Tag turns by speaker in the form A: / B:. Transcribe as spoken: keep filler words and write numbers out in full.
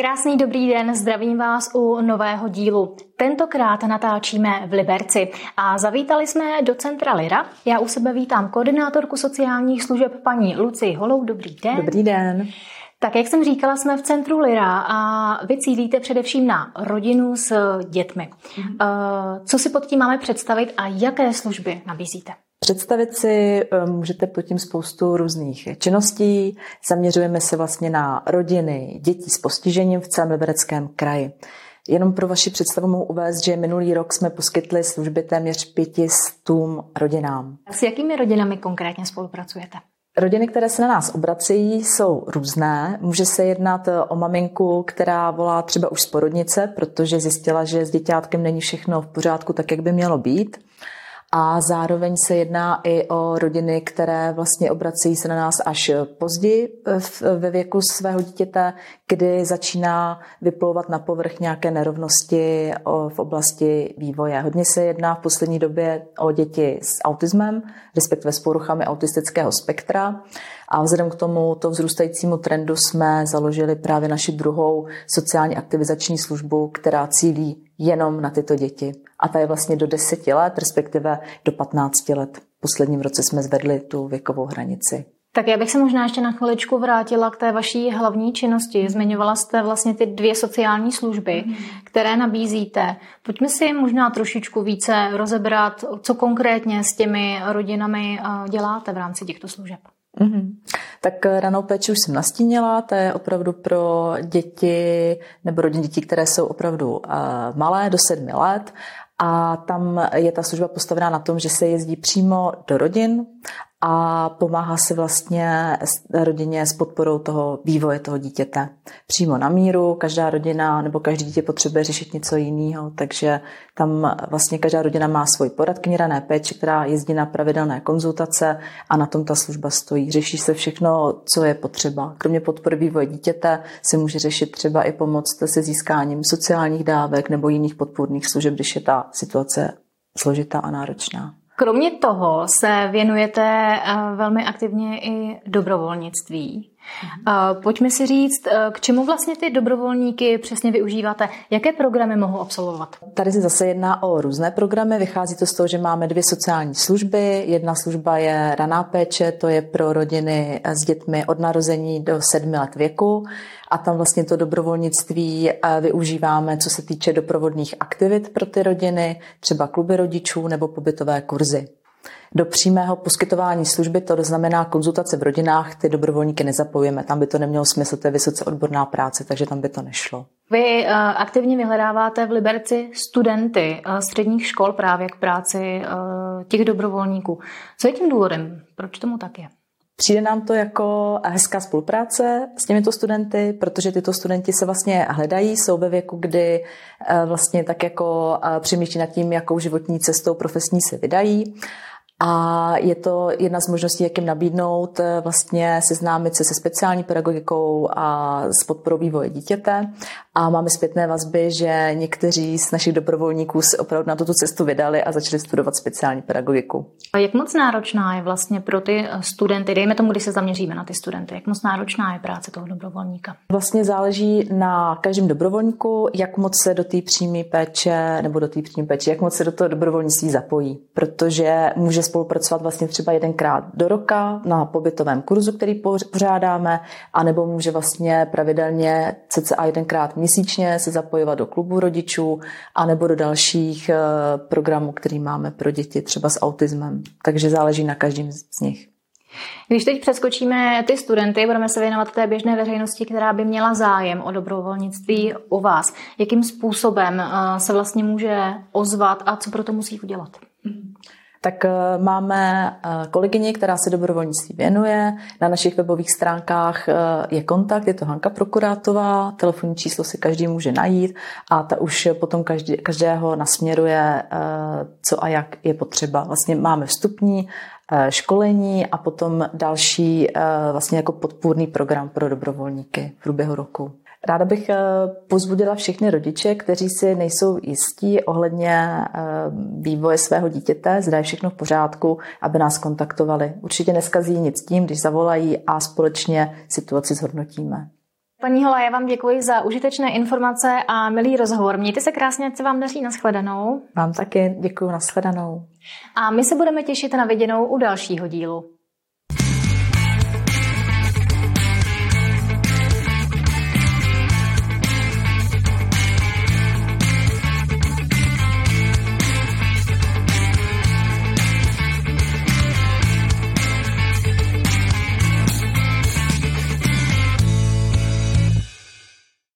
A: Krásný dobrý den, zdravím vás u nového dílu. Tentokrát natáčíme v Liberci a zavítali jsme do centra Lyra. Já u sebe vítám koordinátorku sociálních služeb paní Lucii Holou. Dobrý den.
B: Dobrý den.
A: Tak jak jsem říkala, jsme v centru Lyra a vy cílíte především na rodinu s dětmi. Mm. Co si pod tím máme představit a jaké služby nabízíte?
B: Představit si můžete pod tím spoustu různých činností. Zaměřujeme se vlastně na rodiny dětí s postižením v celém Libereckém kraji. Jenom pro vaši představu mohu uvést, že minulý rok jsme poskytli služby téměř pětistům rodinám.
A: S jakými rodinami konkrétně spolupracujete?
B: Rodiny, které se na nás obracejí, jsou různé. Může se jednat o maminku, která volá třeba už z porodnice, protože zjistila, že s děťátkem není všechno v pořádku tak, jak by mělo být. A zároveň se jedná i o rodiny, které vlastně obracejí se na nás až později ve věku svého dítěte, kdy začíná vyplouvat na povrch nějaké nerovnosti v oblasti vývoje. Hodně se jedná v poslední době o děti s autismem, respektive s poruchami autistického spektra. A vzhledem k tomuto vzrůstajícímu trendu jsme založili právě naši druhou sociální aktivizační službu, která cílí jenom na tyto děti. A ta je vlastně do deseti let, respektive do patnácti let. V posledním roce jsme zvedli tu věkovou hranici.
A: Tak já bych se možná ještě na chviličku vrátila k té vaší hlavní činnosti. Zmiňovala jste vlastně ty dvě sociální služby, mm. které nabízíte. Pojďme si možná trošičku více rozebrat, co konkrétně s těmi rodinami děláte v rámci těchto služeb.
B: Mm-hmm. Tak ranou péči už jsem nastínila, to je opravdu pro děti nebo rodiny dětí, které jsou opravdu uh, malé, do sedmi let. A tam je ta služba postavená na tom, že se jezdí přímo do rodin a pomáhá se vlastně rodině s podporou toho vývoje toho dítěte. Přímo na míru, každá rodina nebo každý dítě potřebuje řešit něco jiného, takže tam vlastně každá rodina má svoji poradkyni rané péče, která jezdí na pravidelné konzultace a na tom ta služba stojí. Řeší se všechno, co je potřeba. Kromě podpory vývoje dítěte se může řešit třeba i pomoc se získáním sociálních dávek nebo jiných podpůrných služeb, když je ta situace složitá a náročná.
A: Kromě toho se věnujete velmi aktivně i dobrovolnictví. Pojďme si říct, k čemu vlastně ty dobrovolníky přesně využíváte? Jaké programy mohou absolvovat?
B: Tady se zase jedná o různé programy. Vychází to z toho, že máme dvě sociální služby. Jedna služba je raná péče, to je pro rodiny s dětmi od narození do sedmi let věku. A tam vlastně to dobrovolnictví využíváme, co se týče doprovodných aktivit pro ty rodiny, třeba kluby rodičů nebo pobytové kurzy. Do přímého poskytování služby, to znamená konzultace v rodinách, ty dobrovolníky nezapojíme. Tam by to nemělo smysl, to je vysoce odborná práce, takže tam by to nešlo.
A: Vy uh, aktivně vyhledáváte v Liberci studenty uh, středních škol právě k práci uh, těch dobrovolníků. Co je tím důvodem? Proč tomu tak je?
B: Přijde nám to jako hezká spolupráce s těmito studenty, protože tyto studenti se vlastně hledají, jsou ve věku, kdy vlastně tak jako přemýšlí nad tím, jakou životní cestou profesní se vydají. A je to jedna z možností, jak jim nabídnout vlastně seznámit se se speciální pedagogikou a s podporou vývoje dítěte. A máme zpětné vazby, že někteří z našich dobrovolníků se opravdu na tuto cestu vydali a začali studovat speciální pedagogiku.
A: A jak moc náročná je vlastně pro ty studenty, dejme tomu, když se zaměříme na ty studenty, jak moc náročná je práce toho dobrovolníka?
B: Vlastně záleží na každém dobrovolníku, jak moc se do té přímé péče nebo do té přímé péče, jak moc se do toho dobrovolnictví zapojí, protože může spolupracovat vlastně třeba jedenkrát do roka na pobytovém kurzu, který pořádáme, anebo může vlastně pravidelně cca jedenkrát měsíčně se zapojovat do klubu rodičů anebo do dalších programů, který máme pro děti třeba s autismem. Takže záleží na každém z nich.
A: Když teď přeskočíme ty studenty, budeme se věnovat té běžné veřejnosti, která by měla zájem o dobrovolnictví u vás. Jakým způsobem se vlastně může ozvat a co pro to musí udělat?
B: Tak máme kolegyni, která se dobrovolnictví věnuje. Na našich webových stránkách je kontakt, je to Hanka Prokurátová, telefonní číslo si každý může najít a ta už potom každý, každého nasměruje, co a jak je potřeba. Vlastně máme vstupní školení a potom další vlastně jako podpůrný program pro dobrovolníky v průběhu roku. Ráda bych povzbudila všechny rodiče, kteří si nejsou jistí ohledně vývoje svého dítěte, zda je všechno v pořádku, aby nás kontaktovali. Určitě neskazí nic tím, když zavolají a společně situaci zhodnotíme.
A: Paní Hola, já vám děkuji za užitečné informace a milý rozhovor. Mějte se krásně, ať se vám daří, nashledanou.
B: Vám taky děkuji, nashledanou.
A: A my se budeme těšit na viděnou u dalšího dílu.